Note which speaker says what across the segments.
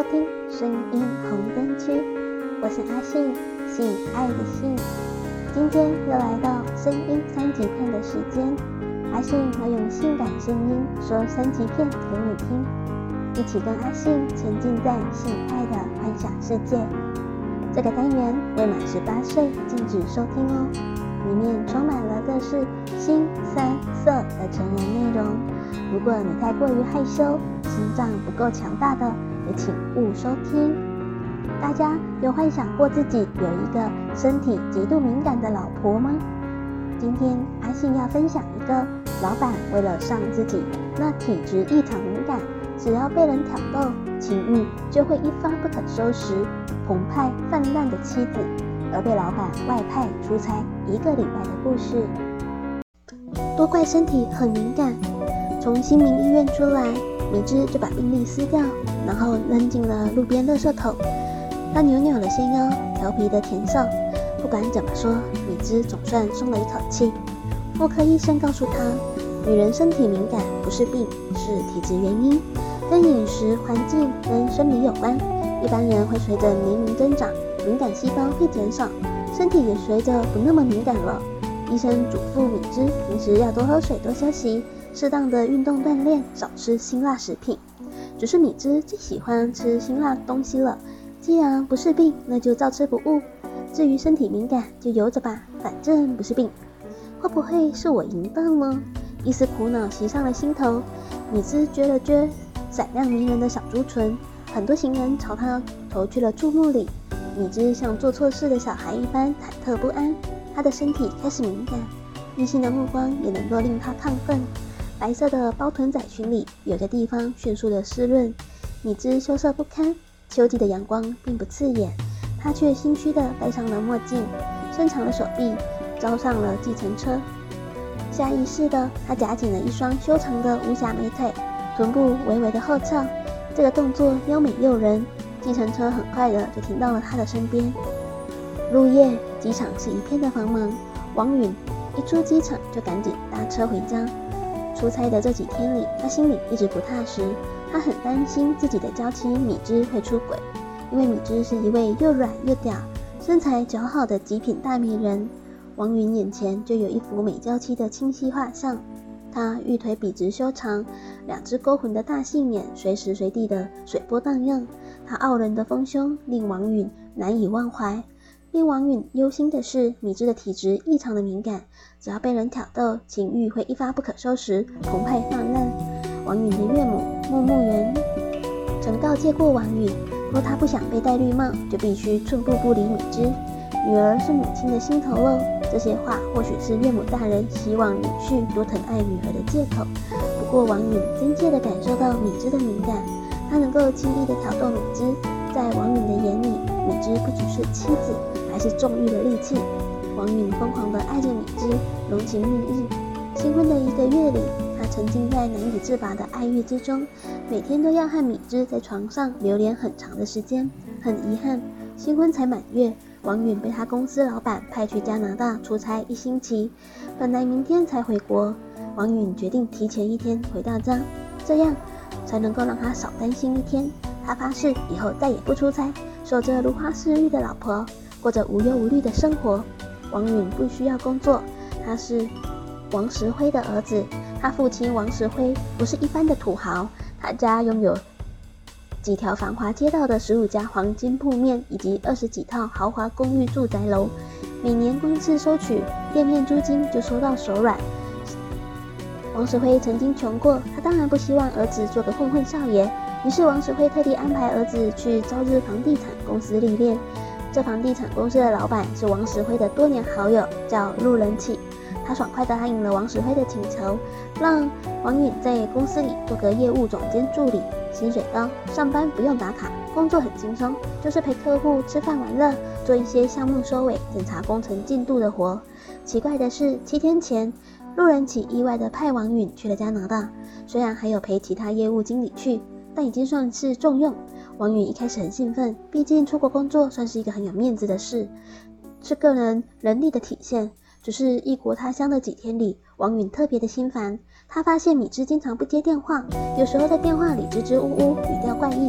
Speaker 1: 收听声音红灯区，我是阿信，性爱的性。今天又来到声音三级片的时间，阿信要用性感声音说三级片给你听，一起跟阿信沉浸在性爱的幻想世界。这个单元未满18岁禁止收听哦，里面充满了各式腥膻色的成人内容，如果你太过于害羞，心脏不够强大的，也请勿收听。大家有幻想过自己有一个身体极度敏感的老婆吗？今天阿信要分享一个老板为了让自己那体质异常敏感，只要被人挑逗，情欲就会一发不可收拾，澎湃泛滥的妻子，而被老板外派出差1个礼拜的故事。多怪身体很敏感，从新民医院出来，米芝就把病历撕掉，然后扔进了路边垃圾桶。他扭扭了纤腰，调皮的甜笑。不管怎么说，米芝总算松了一口气。妇科医生告诉他，女人身体敏感不是病，是体质原因，跟饮食、环境跟生理有关。一般人会随着年龄增长，敏感细胞会减少，身体也随着不那么敏感了。医生嘱咐米芝平时要多喝水、多休息，适当的运动锻炼，少吃辛辣食品。只是米芝最喜欢吃辛辣东西了，既然不是病，那就照吃不误。至于身体敏感，就由着吧，反正不是病。会不会是我淫荡呢？一丝苦恼袭上了心头。米芝撅了撅闪亮迷人的小猪唇，很多行人朝她投去了注目礼。米芝像做错事的小孩一般忐忑不安，她的身体开始敏感，异性的目光也能够令她亢奋。白色的包臀仔裙里有些地方迅速的湿润，米芝羞涩不堪。秋季的阳光并不刺眼，她却心虚地戴上了墨镜，伸长了手臂招上了计程车。下意识的，她夹紧了一双修长的无瑕美腿，臀部微微的后翘，这个动作优美诱人。计程车很快的就停到了她的身边。入夜，机场是一片的繁忙，王允一出机场就赶紧搭车回家。出差的这几天里，他心里一直不踏实，他很担心自己的娇妻米芝会出轨，因为米芝是一位又软又屌、身材姣好的极品大美人。王允眼前就有一幅美娇妻的清晰画像，她玉腿笔直修长，两只勾魂的大杏眼随时随地的水波荡漾，她傲人的丰胸令王允难以忘怀。令王允忧心的是，米芝的体质异常的敏感，只要被人挑逗，情欲会一发不可收拾，澎湃泛滥。王允的岳母穆慕媛曾告诫过王允，若他不想被戴绿帽，就必须寸步不离米芝。女儿是母亲的心头肉，这些话或许是岳母大人希望女婿多疼爱女儿的借口。不过王允真切地感受到米芝的敏感，他能够轻易地挑逗米芝，在王允的眼里，米芝不只是妻子，还是纵欲的利器。王允疯狂地爱着米芝，浓情蜜意。新婚的1个月里，他沉浸在难以自拔的爱欲之中，每天都要和米芝在床上流连很长的时间。很遗憾，新婚才满月，王允被他公司老板派去加拿大出差1星期，本来明天才回国，王允决定提前1天回到家，这样才能够让他少担心1天。他发誓以后再也不出差，守着如花似玉的老婆，过着无忧无虑的生活。王允不需要工作，他是王石辉的儿子，他父亲王石辉不是一般的土豪，他家拥有几条繁华街道的15家黄金铺面，以及20几套豪华公寓住宅楼，每年光是收取店面租金就收到手软。王石辉曾经穷过，他当然不希望儿子做个混混少爷，于是王石辉特地安排儿子去朝日房地产公司历练。这房地产公司的老板是王石辉的多年好友，叫陆仁启。他爽快地答应了王石辉的请求，让王允在公司里做个业务总监助理，薪水高，上班不用打卡，工作很轻松，就是陪客户吃饭玩乐，做一些项目收尾、检查工程进度的活。奇怪的是，7天前，陆仁启意外地派王允去了加拿大，虽然还有陪其他业务经理去，但已经算是重用。王允一开始很兴奋，毕竟出国工作算是一个很有面子的事，是个人能力的体现。只是异国他乡的几天里，王允特别的心烦。他发现米芝经常不接电话，有时候在电话里支支吾吾，语调怪异，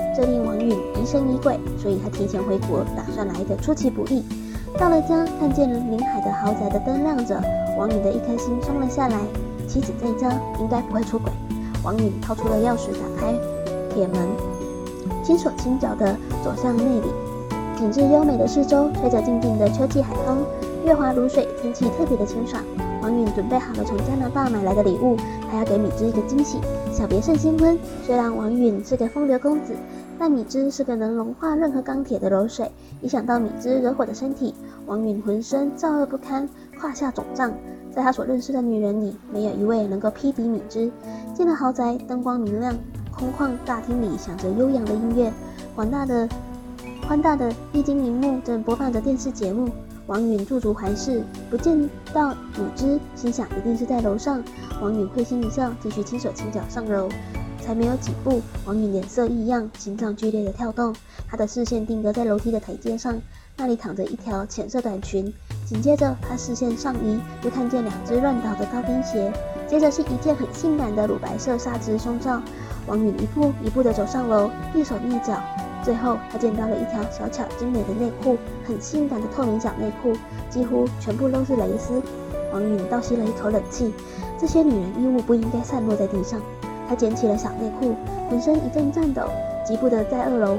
Speaker 1: 这令王允疑神疑鬼，所以他提前回国，打算来个出其不意。到了家，看见临海的豪宅的灯亮着，王允的一颗心松了下来。妻子在家，应该不会出轨。王允掏出了钥匙，打开铁门，轻手轻脚地走向内里。景致优美的四周，吹着静静的秋季海风，月华如水，天气特别的清爽。王允准备好了从加拿大买来的礼物，还要给米芝一个惊喜。小别胜新婚，虽然王允是个风流公子，但米芝是个能融化任何钢铁的柔水。一想到米芝惹火的身体，王允浑身燥热不堪，胯下肿胀。在他所认识的女人里，没有一位能够匹敌米芝。进了豪宅，灯光明亮，空旷大厅里响着悠扬的音乐，宽大的液晶荧幕正播放着电视节目。王允驻足环视，不见到米芝，心想一定是在楼上。王允会心一笑，继续轻手轻脚上楼。才没有几步，王允脸色异样，心脏剧烈的跳动。他的视线定格在楼梯的台阶上，那里躺着一条浅色短裙。紧接着，他视线上移，又看见2只乱倒的高跟鞋，接着是一件很性感的乳白色纱质胸罩。王允一步一步地走上楼，蹑手蹑脚。最后，他见到了一条小巧精美的内裤，很性感的透明小内裤，几乎全部都是蕾丝。王允倒吸了一口冷气，这些女人衣物不应该散落在地上。他捡起了小内裤，浑身一阵颤抖，急步地在2楼。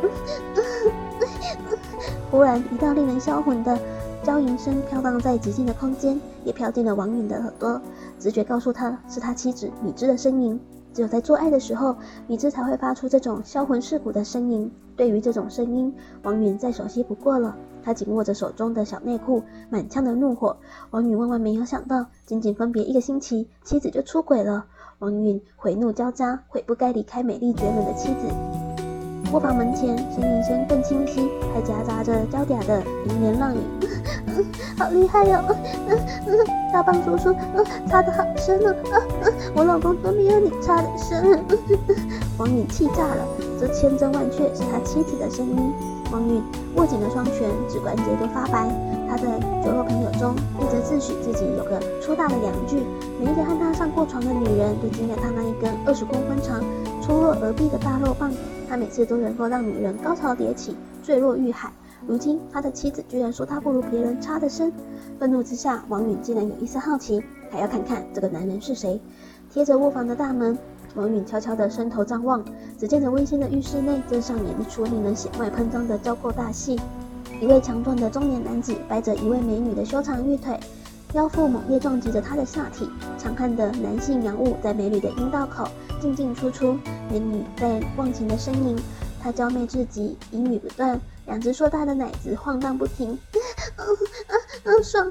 Speaker 1: 忽然，一道令人销魂的娇吟声飘荡在寂静的空间，也飘进了王允的耳朵。直觉告诉他，是他妻子米芝的声音。只有在做爱的时候，米芝才会发出这种销魂蚀骨的声音。对于这种声音，王允再熟悉不过了。他紧握着手中的小内裤，满腔的怒火。王允万万没有想到，仅仅分别1个星期，妻子就出轨了。王允悔怒交加，悔不该离开美丽绝伦的妻子。卧房门前，呻吟声更清晰，还夹杂着娇嗲的银莲浪语。好厉害哟！大棒叔叔，插得好深哦！我老公都没有你插得深。王允气炸了，这千真万确是他妻子的声音。王允握紧了双拳，指关节都发白。他在酒肉朋友中一直自诩自己有个粗大的阳具，每一个和他上过床的女人都惊讶他那一根20公分长、粗若鹅臂的大肉棒。他每次都能够让女人高潮迭起，坠落欲海。如今他的妻子居然说他不如别人插得深，愤怒之下，王允竟然有一丝好奇，还要看看这个男人是谁。贴着卧房的大门，王允悄悄地伸头张望，只见着温馨的浴室内正上演一出令人血脉喷张的交媾大戏。一位强壮的中年男子掰着一位美女的修长玉腿，腰腹猛烈撞击着她的下体，强悍的男性阳物在美女的阴道口进进出出，美女在忘情的呻吟，她娇媚至极，淫语不断，2只硕大的奶子晃荡不停。爽！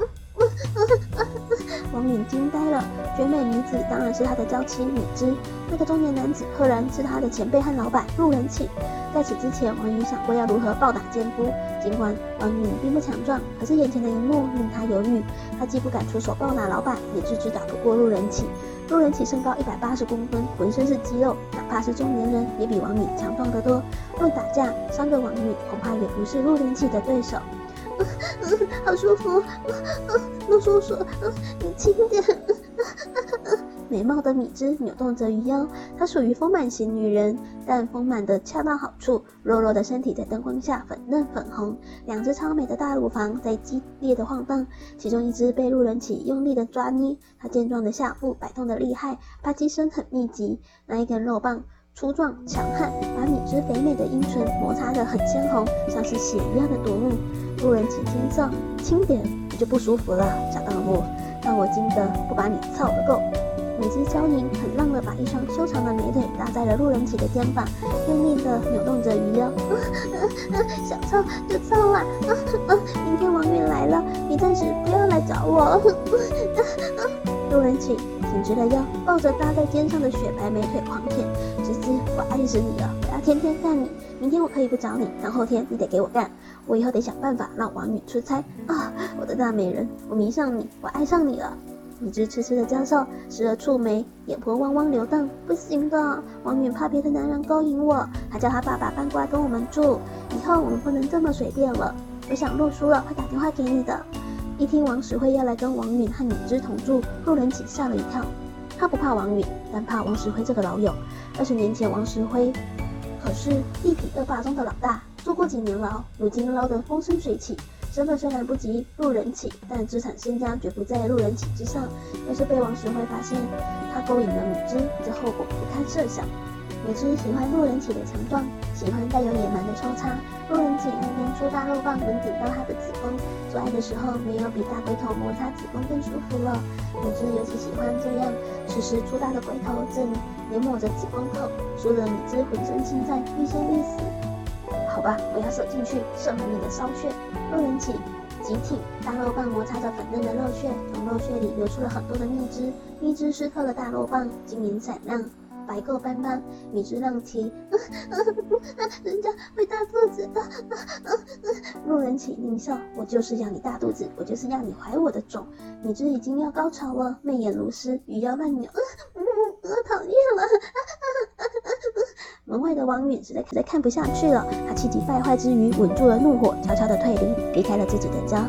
Speaker 1: 王允惊呆了，绝美女子当然是他的娇妻米芝，那个中年男子赫然是他的前辈和老板路人启。在此之前，王允想过要如何暴打奸夫，尽管王允并不强壮，可是眼前的一幕令他犹豫。他既不敢出手暴打老板，也自知打不过路人启。路人启身高180公分，浑身是肌肉，哪怕是中年人也比王允强壮得多。论打架，伤个王允恐怕也不是路人启的对手。好舒服，陆叔叔，你轻点。美貌的米芝扭动着鱼腰，她属于丰满型女人，但丰满的恰到好处，肉肉的身体在灯光下粉嫩粉红，2只超美的大乳房在激烈的晃荡，其中一只被路人启用力的抓捏，她健壮的下腹摆动的厉害，啪叽声很密集，那一根肉棒粗壮强悍，把米芝肥美的阴唇摩擦得很鲜红，像是血一样的夺目。路人启轻笑，轻点你就不舒服了，小荡妇，让我惊得不把你操个够。米芝娇吟，很浪的把一双修长的美腿搭在了路人启的肩膀，用力的扭动着鱼腰。想操就操啊！明天王允来了，你暂时不要来找我。路人启挺直了腰，抱着搭在肩上的雪白美腿狂舔。芝芝，我爱死你了，我要天天干你。明天我可以不找你，但后天你得给我干。我以后得想办法让王允出差啊！我的大美人，我迷上你，我爱上你了。米芝痴痴的娇笑，时而蹙眉，眼波汪汪流荡。不行的，王允怕别的男人勾引我，还叫他爸爸搬过来跟我们住。以后我们不能这么随便了。我想洛书了，会打电话给你的。一听王石辉要来跟王允和米芝同住，路人启吓了一跳。他不怕王允，但怕王石辉这个老友。20年前，王石辉可是地痞恶霸中的老大，坐过几年牢，如今捞得风生水起。身份虽然不及路人启，但资产身家绝不在路人启之上。要是被王石辉发现他勾引了米芝，这后果不堪设想。米芝喜欢路人启的强壮，喜欢带有野蛮的抽插。路人启那边粗大肉棒能顶到他的子宫，做爱的时候没有比大龟头摩擦子宫更舒服了。米芝尤其喜欢这样，此时粗大的龟头正淹没着子宫口，输得米芝浑身心在欲仙欲死。好吧，我要射进去，射满你的骚穴。路人启急挺，大肉棒摩擦着粉嫩的肉穴，从肉穴里流出了很多的蜜汁，蜜汁湿透了大肉棒，晶莹闪亮，白垢斑斑。米芝浪啼，人家会大肚子的。路人启狞笑，我就是要你大肚子，我就是要你怀我的种。米芝已经要高潮了，媚眼如丝，鱼腰乱扭，讨厌了。门外的王允实在看不下去了，他气急败坏之余，稳住了怒火，悄悄地退离开了自己的家。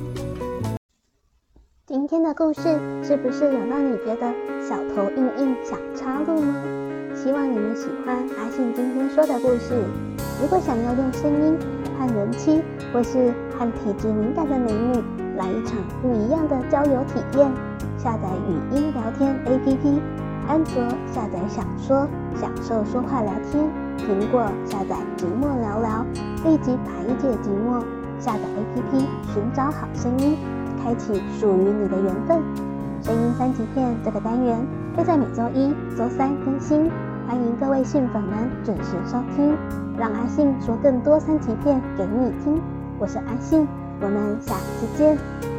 Speaker 1: 今天的故事是不是有让你觉得小头硬硬想插入呢？希望你们喜欢阿信今天说的故事。如果想要用声音和人妻或是和体质敏感的美女来一场不一样的交友体验，下载语音聊天 APP， 安卓下载享说，享受说话聊天；苹果下载寂寞聊聊，立即排解寂寞。下载 APP 寻找好声音，开启属于你的缘分。声音三级片这个单元会在每周一、周三更新，欢迎各位信粉们准时收听，让阿信说更多三级片给你听。我是阿信，我们下次见。